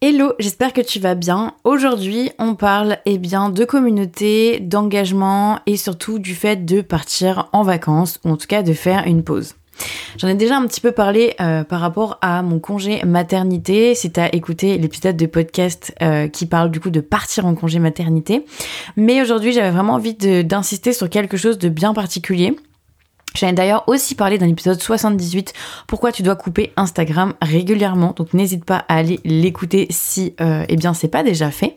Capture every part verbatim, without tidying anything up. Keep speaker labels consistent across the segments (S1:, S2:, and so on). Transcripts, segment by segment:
S1: Hello, j'espère que tu vas bien. Aujourd'hui, on parle eh bien de communauté, d'engagement et surtout du fait de partir en vacances ou en tout cas de faire une pause. J'en ai déjà un petit peu parlé euh, par rapport à mon congé maternité, si t'as écouté l'épisode de podcast euh, qui parle du coup de partir en congé maternité. Mais aujourd'hui, j'avais vraiment envie de, d'insister sur quelque chose de bien particulier. J'en ai d'ailleurs aussi parlé dans l'épisode soixante-dix-huit, pourquoi tu dois couper Instagram régulièrement. Donc n'hésite pas à aller l'écouter si euh, eh bien c'est pas déjà fait.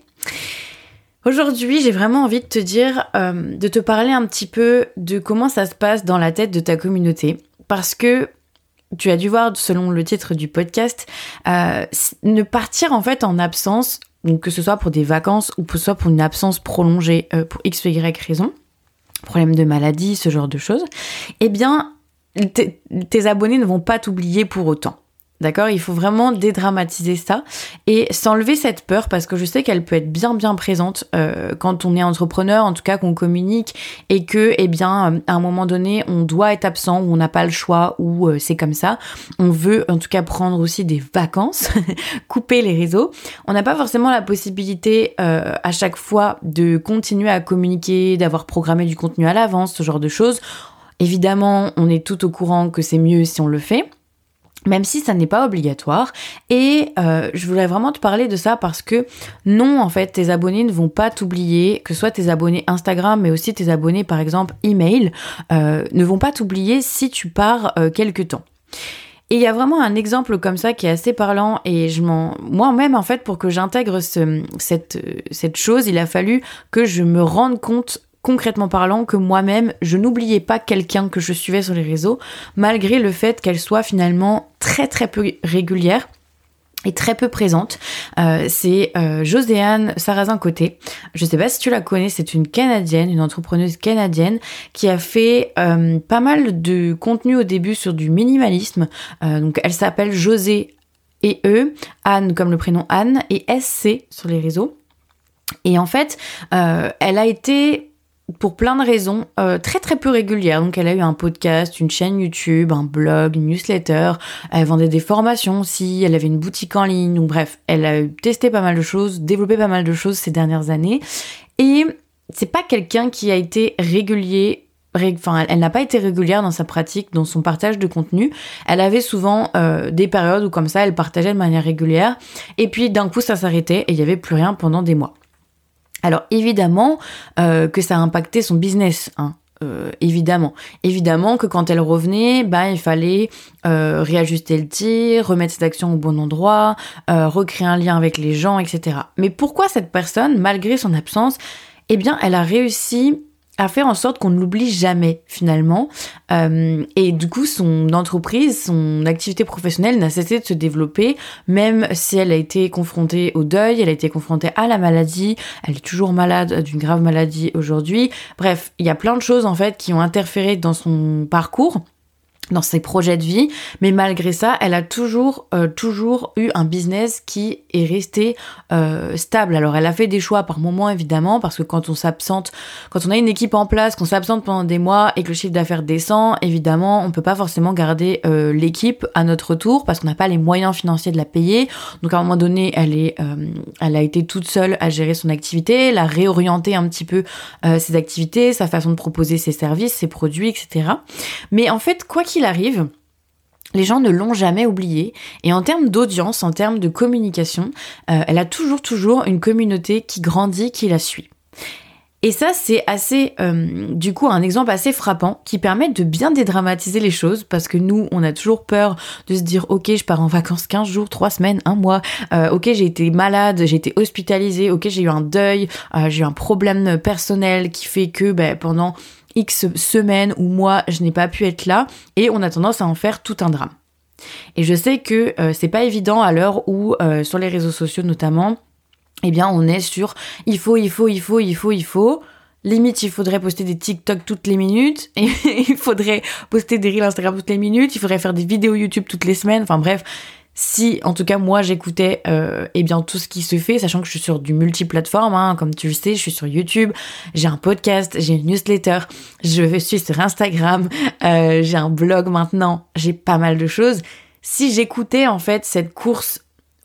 S1: Aujourd'hui, j'ai vraiment envie de te dire, euh, de te parler un petit peu de comment ça se passe dans la tête de ta communauté. Parce que tu as dû voir, selon le titre du podcast, euh, ne partir en fait en absence, donc que ce soit pour des vacances ou que ce soit pour une absence prolongée euh, pour X ou Y raison, problème de maladie, ce genre de choses, eh bien, t- tes abonnés ne vont pas t'oublier pour autant. D'accord ? Il faut vraiment dédramatiser ça et s'enlever cette peur parce que je sais qu'elle peut être bien bien présente euh, quand on est entrepreneur, en tout cas qu'on communique et que, eh bien, à un moment donné, on doit être absent ou on n'a pas le choix ou euh, c'est comme ça. On veut en tout cas prendre aussi des vacances, couper les réseaux. On n'a pas forcément la possibilité euh, à chaque fois de continuer à communiquer, d'avoir programmé du contenu à l'avance, ce genre de choses. Évidemment, on est tout au courant que c'est mieux si on le fait. Même si ça n'est pas obligatoire. Et euh, je voulais vraiment te parler de ça parce que non, en fait, tes abonnés ne vont pas t'oublier, que ce soit tes abonnés Instagram, mais aussi tes abonnés, par exemple, email, euh, ne vont pas t'oublier si tu pars euh, quelque temps. Et il y a vraiment un exemple comme ça qui est assez parlant et je m'en... moi-même, en fait, pour que j'intègre ce, cette, cette chose, il a fallu que je me rende compte concrètement parlant, que moi-même, je n'oubliais pas quelqu'un que je suivais sur les réseaux, malgré le fait qu'elle soit finalement très très peu régulière et très peu présente. Euh, c'est euh, Joséanne Sarrazin-Côté. Je sais pas si tu la connais, c'est une Canadienne, une entrepreneuse canadienne qui a fait euh, pas mal de contenu au début sur du minimalisme. Euh, donc elle s'appelle José et E, Anne comme le prénom Anne, et S C sur les réseaux. Et en fait, euh, elle a été... pour plein de raisons, euh, très très peu régulières. Donc elle a eu un podcast, une chaîne YouTube, un blog, une newsletter, elle vendait des formations aussi, elle avait une boutique en ligne, donc bref, elle a testé pas mal de choses, développé pas mal de choses ces dernières années. Et c'est pas quelqu'un qui a été régulier, ré... enfin elle, elle n'a pas été régulière dans sa pratique, dans son partage de contenu. Elle avait souvent euh, des périodes où comme ça, elle partageait de manière régulière, et puis d'un coup ça s'arrêtait et il y avait plus rien pendant des mois. Alors évidemment euh, que ça a impacté son business, hein, euh, évidemment. Évidemment que quand elle revenait, bah, il fallait euh, réajuster le tir, remettre ses actions au bon endroit, euh, recréer un lien avec les gens, et cetera. Mais pourquoi cette personne, malgré son absence, eh bien, elle a réussi à faire en sorte qu'on ne l'oublie jamais finalement euh, et du coup son entreprise, son activité professionnelle n'a cessé de se développer même si elle a été confrontée au deuil, elle a été confrontée à la maladie, elle est toujours malade d'une grave maladie aujourd'hui. Bref, il y a plein de choses en fait qui ont interféré dans son parcours, dans ses projets de vie, mais malgré ça, elle a toujours, euh, toujours eu un business qui est resté euh, stable. Alors, elle a fait des choix par moments, évidemment, parce que quand on s'absente, quand on a une équipe en place, qu'on s'absente pendant des mois et que le chiffre d'affaires descend, évidemment, on peut pas forcément garder euh, l'équipe à notre tour parce qu'on n'a pas les moyens financiers de la payer. Donc, à un moment donné, elle est, euh, elle a été toute seule à gérer son activité, elle a réorienté un petit peu euh, ses activités, sa façon de proposer ses services, ses produits, et cetera. Mais en fait, quoi qu'il qu'il arrive, les gens ne l'ont jamais oublié. Et en termes d'audience, en termes de communication, euh, elle a toujours, toujours une communauté qui grandit, qui la suit. Et ça, c'est assez, euh, du coup, un exemple assez frappant qui permet de bien dédramatiser les choses parce que nous, on a toujours peur de se dire « Ok, je pars en vacances quinze jours, trois semaines, un mois. Euh, ok, j'ai été malade, j'ai été hospitalisée. Ok, j'ai eu un deuil, euh, j'ai eu un problème personnel qui fait que ben, pendant X semaines ou mois, je n'ai pas pu être là. » Et on a tendance à en faire tout un drame. Et je sais que euh, c'est pas évident à l'heure où, euh, sur les réseaux sociaux notamment, eh bien, on est sur il faut, il faut, il faut, il faut, il faut. Limite, il faudrait poster des TikTok toutes les minutes. Et il faudrait poster des Reels Instagram toutes les minutes. Il faudrait faire des vidéos YouTube toutes les semaines. Enfin bref, si, en tout cas, moi, j'écoutais euh, eh bien tout ce qui se fait, sachant que je suis sur du multiplateforme, hein, comme tu le sais, je suis sur YouTube, j'ai un podcast, j'ai une newsletter, je suis sur Instagram, euh, j'ai un blog maintenant, j'ai pas mal de choses. Si j'écoutais, en fait, cette course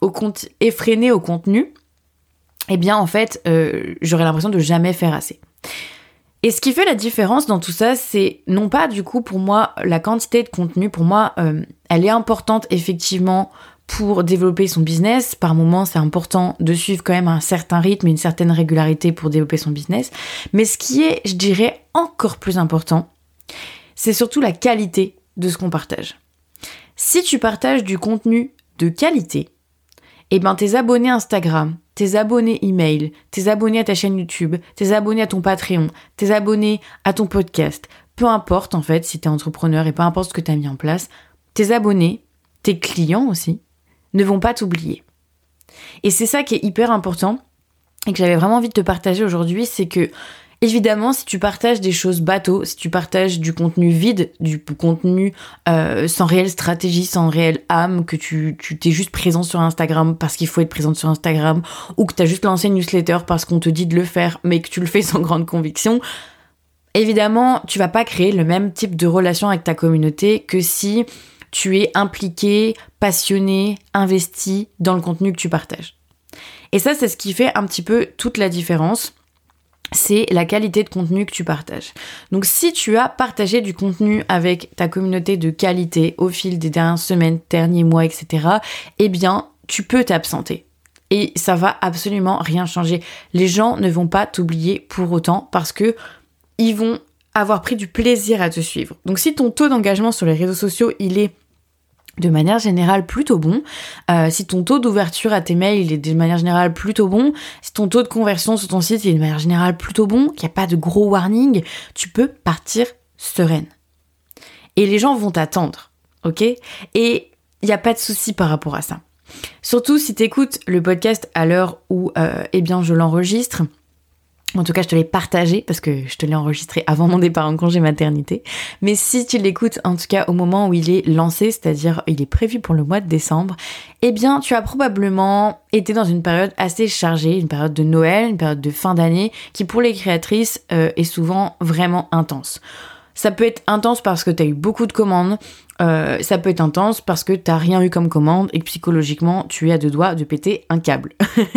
S1: au compte, effrénée au contenu, eh bien en fait, euh, j'aurais l'impression de jamais faire assez. Et ce qui fait la différence dans tout ça, c'est non pas du coup pour moi la quantité de contenu, pour moi euh, elle est importante effectivement pour développer son business. Par moments c'est important de suivre quand même un certain rythme et une certaine régularité pour développer son business. Mais ce qui est, je dirais, encore plus important, c'est surtout la qualité de ce qu'on partage. Si tu partages du contenu de qualité, eh ben tes abonnés Instagram, tes abonnés email, tes abonnés à ta chaîne YouTube, tes abonnés à ton Patreon, tes abonnés à ton podcast, peu importe en fait si t'es entrepreneur et peu importe ce que t'as mis en place, tes abonnés, tes clients aussi, ne vont pas t'oublier. Et c'est ça qui est hyper important et que j'avais vraiment envie de te partager aujourd'hui, c'est que évidemment, si tu partages des choses bateaux, si tu partages du contenu vide, du contenu euh, sans réelle stratégie, sans réelle âme, que tu, tu t'es juste présent sur Instagram parce qu'il faut être présente sur Instagram, ou que t'as juste lancé une newsletter parce qu'on te dit de le faire, mais que tu le fais sans grande conviction, évidemment, tu vas pas créer le même type de relation avec ta communauté que si tu es impliqué, passionné, investi dans le contenu que tu partages. Et ça, c'est ce qui fait un petit peu toute la différence. C'est la qualité de contenu que tu partages. Donc si tu as partagé du contenu avec ta communauté de qualité au fil des dernières semaines, derniers mois, et cetera, eh bien, tu peux t'absenter. Et ça va absolument rien changer. Les gens ne vont pas t'oublier pour autant parce que ils vont avoir pris du plaisir à te suivre. Donc si ton taux d'engagement sur les réseaux sociaux, il est de manière générale plutôt bon, euh, si ton taux d'ouverture à tes mails il est de manière générale plutôt bon, si ton taux de conversion sur ton site il est de manière générale plutôt bon, qu'il n'y a pas de gros warning, tu peux partir sereine. Et les gens vont t'attendre, ok ? Et il n'y a pas de souci par rapport à ça. Surtout si tu écoutes le podcast à l'heure où euh, eh bien, je l'enregistre. En tout cas, je te l'ai partagé parce que je te l'ai enregistré avant mon départ en congé maternité. Mais si tu l'écoutes, en tout cas, au moment où il est lancé, c'est-à-dire il est prévu pour le mois de décembre, eh bien, tu as probablement été dans une période assez chargée, une période de Noël, une période de fin d'année, qui pour les créatrices euh, est souvent vraiment intense. Ça peut être intense parce que tu as eu beaucoup de commandes, euh, ça peut être intense parce que tu n'as rien eu comme commande et que psychologiquement, tu es à deux doigts de péter un câble.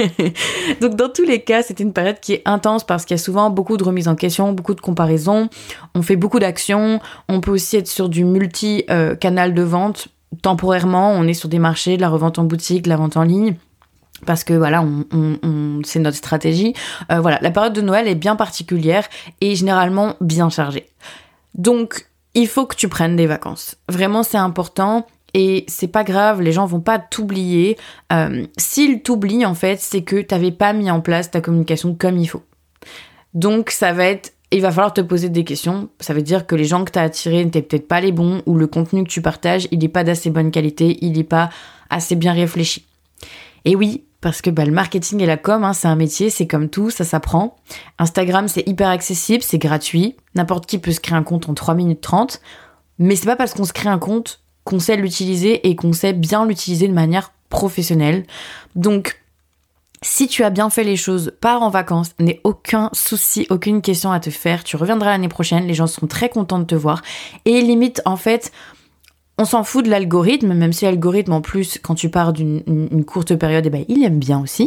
S1: Donc dans tous les cas, c'est une période qui est intense parce qu'il y a souvent beaucoup de remises en question, beaucoup de comparaisons, on fait beaucoup d'actions, on peut aussi être sur du multi-canal euh, de vente. Temporairement, on est sur des marchés, de la revente en boutique, de la vente en ligne. Parce que voilà, on, on, on, c'est notre stratégie. Euh, voilà, la période de Noël est bien particulière et généralement bien chargée. Donc, il faut que tu prennes des vacances. Vraiment, c'est important et c'est pas grave, les gens vont pas t'oublier. Euh, s'ils t'oublient, en fait, c'est que t'avais pas mis en place ta communication comme il faut. Donc, ça va être... Il va falloir te poser des questions. Ça veut dire que les gens que t'as attirés n'étaient peut-être pas les bons ou le contenu que tu partages, il est pas d'assez bonne qualité, il est pas assez bien réfléchi. Et oui, parce que bah, le marketing et la com, hein, c'est un métier, c'est comme tout, ça s'apprend. Instagram, c'est hyper accessible, c'est gratuit. N'importe qui peut se créer un compte en trois minutes trente. Mais c'est pas parce qu'on se crée un compte qu'on sait l'utiliser et qu'on sait bien l'utiliser de manière professionnelle. Donc, si tu as bien fait les choses, pars en vacances, n'aie aucun souci, aucune question à te faire. Tu reviendras l'année prochaine, les gens seront très contents de te voir. Et limite, en fait... On s'en fout de l'algorithme, même si l'algorithme, en plus, quand tu pars d'une une, une courte période, eh ben, il aime bien aussi.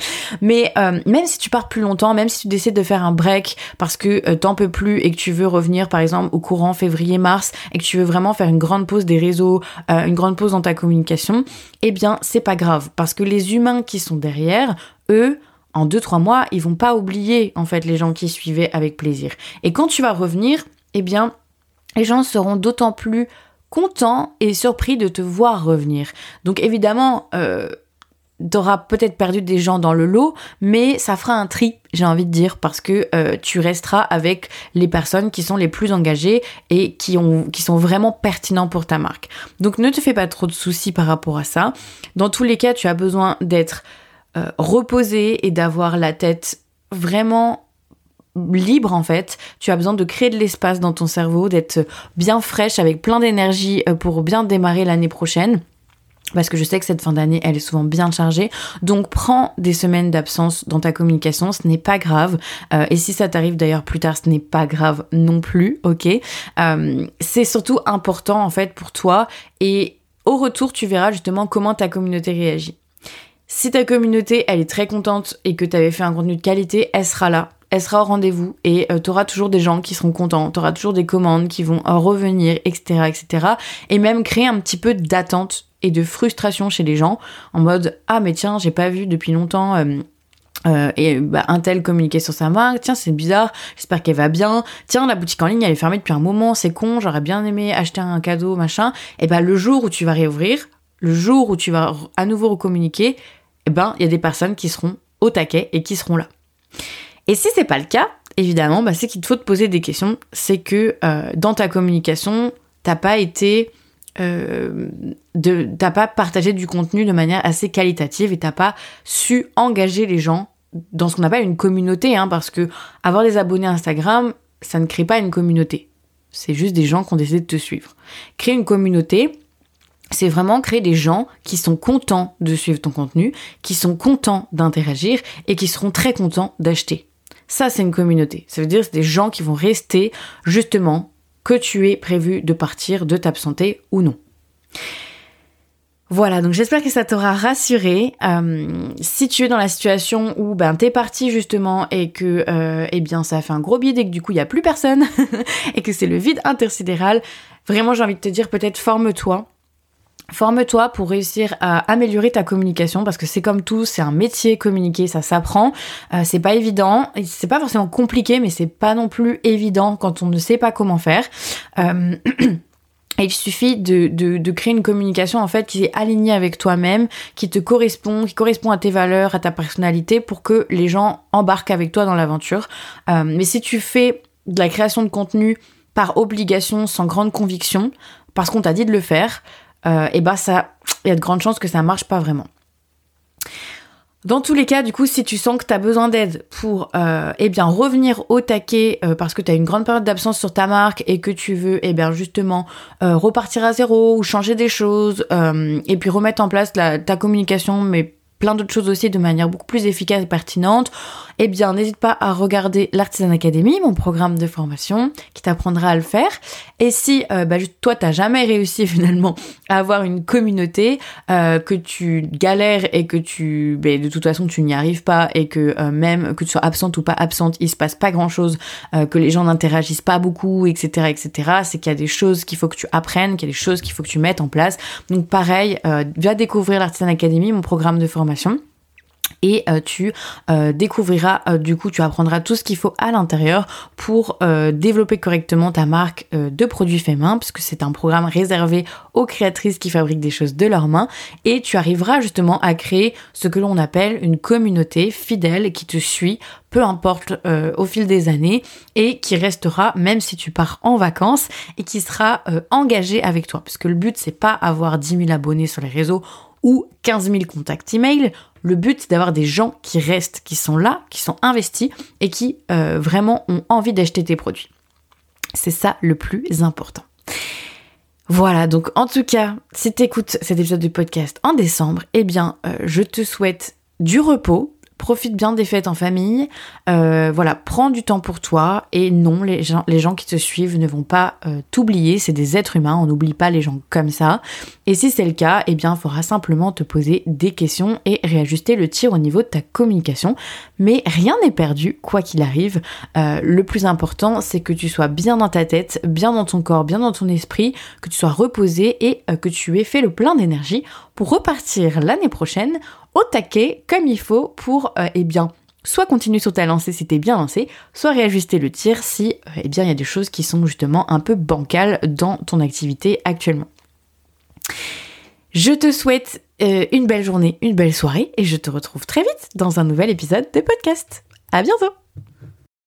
S1: Mais euh, même si tu pars plus longtemps, même si tu décides de faire un break parce que euh, t'en peux plus et que tu veux revenir, par exemple, au courant février-mars et que tu veux vraiment faire une grande pause des réseaux, euh, une grande pause dans ta communication, eh bien, c'est pas grave. Parce que les humains qui sont derrière, eux, en deux, trois mois, ils vont pas oublier, en fait, les gens qui suivaient avec plaisir. Et quand tu vas revenir, eh bien, les gens seront d'autant plus content et surpris de te voir revenir. Donc évidemment, euh, t'auras peut-être perdu des gens dans le lot, mais ça fera un tri, j'ai envie de dire, parce que euh, tu resteras avec les personnes qui sont les plus engagées et qui, ont, qui sont vraiment pertinents pour ta marque. Donc ne te fais pas trop de soucis par rapport à ça. Dans tous les cas, tu as besoin d'être euh, reposé et d'avoir la tête vraiment libre en fait. Tu as besoin de créer de l'espace dans ton cerveau, d'être bien fraîche avec plein d'énergie pour bien démarrer l'année prochaine. Parce que je sais que cette fin d'année, elle est souvent bien chargée. Donc, prends des semaines d'absence dans ta communication, ce n'est pas grave. Euh, et si ça t'arrive d'ailleurs plus tard, ce n'est pas grave non plus, ok ? euh, C'est surtout important en fait pour toi. Et au retour, tu verras justement comment ta communauté réagit. Si ta communauté, elle est très contente et que tu avais fait un contenu de qualité, elle sera là. Elle sera au rendez-vous et euh, tu auras toujours des gens qui seront contents, tu auras toujours des commandes qui vont euh, revenir, et cetera, et cetera. Et même créer un petit peu d'attente et de frustration chez les gens en mode « Ah mais tiens, j'ai pas vu depuis longtemps euh, euh, et bah, un tel communiquer sur sa marque, tiens c'est bizarre, j'espère qu'elle va bien, tiens la boutique en ligne elle est fermée depuis un moment, c'est con, j'aurais bien aimé acheter un cadeau, machin. » Et bah le jour où tu vas réouvrir, le jour où tu vas à nouveau recommuniquer, et ben il y a des personnes qui seront au taquet et qui seront là. Et si c'est pas le cas, évidemment, bah, c'est qu'il te faut te poser des questions. C'est que euh, dans ta communication, t'as pas été, euh, de, t'as pas partagé du contenu de manière assez qualitative et t'as pas su engager les gens dans ce qu'on appelle une communauté, hein, parce que avoir des abonnés Instagram, ça ne crée pas une communauté. C'est juste des gens qui ont décidé de te suivre. Créer une communauté, c'est vraiment créer des gens qui sont contents de suivre ton contenu, qui sont contents d'interagir et qui seront très contents d'acheter. Ça, c'est une communauté. Ça veut dire que c'est des gens qui vont rester, justement, que tu aies prévu de partir, de t'absenter ou non. Voilà, donc j'espère que ça t'aura rassuré. Euh, si tu es dans la situation où ben t'es parti justement et que euh, eh bien ça a fait un gros bide et que du coup il y a plus personne et que c'est le vide intersidéral, vraiment j'ai envie de te dire peut-être forme-toi. Forme-toi pour réussir à améliorer ta communication parce que c'est comme tout, c'est un métier, communiquer, ça s'apprend. Euh, c'est pas évident, c'est pas forcément compliqué, mais c'est pas non plus évident quand on ne sait pas comment faire. Euh, et il suffit de, de, de créer une communication en fait qui est alignée avec toi-même, qui te correspond, qui correspond à tes valeurs, à ta personnalité pour que les gens embarquent avec toi dans l'aventure. Euh, mais si tu fais de la création de contenu par obligation, sans grande conviction, parce qu'on t'a dit de le faire, Euh, et bah ça, il y a de grandes chances que ça marche pas vraiment. Dans tous les cas, du coup, si tu sens que tu as besoin d'aide pour euh, eh bien revenir au taquet euh, parce que tu as une grande période d'absence sur ta marque et que tu veux eh bien justement euh, repartir à zéro ou changer des choses euh, et puis remettre en place la, ta communication, mais plein d'autres choses aussi de manière beaucoup plus efficace et pertinente, eh bien n'hésite pas à regarder l'Artisan Academy, mon programme de formation qui t'apprendra à le faire. Et si euh, bah, toi t'as jamais réussi finalement à avoir une communauté, euh, que tu galères et que tu bah, de toute façon tu n'y arrives pas et que euh, même que tu sois absente ou pas absente, il se passe pas grand chose, euh, que les gens n'interagissent pas beaucoup, et cetera, et cetera. C'est qu'il y a des choses qu'il faut que tu apprennes, qu'il y a des choses qu'il faut que tu mettes en place. Donc pareil, euh, va découvrir l'Artisan Academy, mon programme de formation. Et euh, tu euh, découvriras, euh, du coup tu apprendras tout ce qu'il faut à l'intérieur pour euh, développer correctement ta marque euh, de produits faits main, puisque c'est un programme réservé aux créatrices qui fabriquent des choses de leurs mains, et tu arriveras justement à créer ce que l'on appelle une communauté fidèle qui te suit, peu importe euh, au fil des années, et qui restera même si tu pars en vacances, et qui sera euh, engagée avec toi, parce que le but c'est pas avoir dix mille abonnés sur les réseaux ou quinze mille contacts email. Le but, c'est d'avoir des gens qui restent, qui sont là, qui sont investis et qui euh, vraiment ont envie d'acheter tes produits. C'est ça le plus important. Voilà, donc en tout cas, si tu écoutes cet épisode du podcast en décembre, eh bien, euh, je te souhaite du repos. Profite bien des fêtes en famille, euh, voilà, prends du temps pour toi et non, les gens, les gens qui te suivent ne vont pas euh, t'oublier, c'est des êtres humains, on n'oublie pas les gens comme ça. Et si c'est le cas, eh bien, il faudra simplement te poser des questions et réajuster le tir au niveau de ta communication. Mais rien n'est perdu, quoi qu'il arrive. Euh, le plus important, c'est que tu sois bien dans ta tête, bien dans ton corps, bien dans ton esprit, que tu sois reposé et euh, que tu aies fait le plein d'énergie pour repartir l'année prochaine au taquet comme il faut pour, euh, eh bien, soit continuer sur ta lancée si t'es bien lancé, soit réajuster le tir si, euh, eh bien, il y a des choses qui sont justement un peu bancales dans ton activité actuellement. Je te souhaite euh, une belle journée, une belle soirée et je te retrouve très vite dans un nouvel épisode de podcast. À bientôt!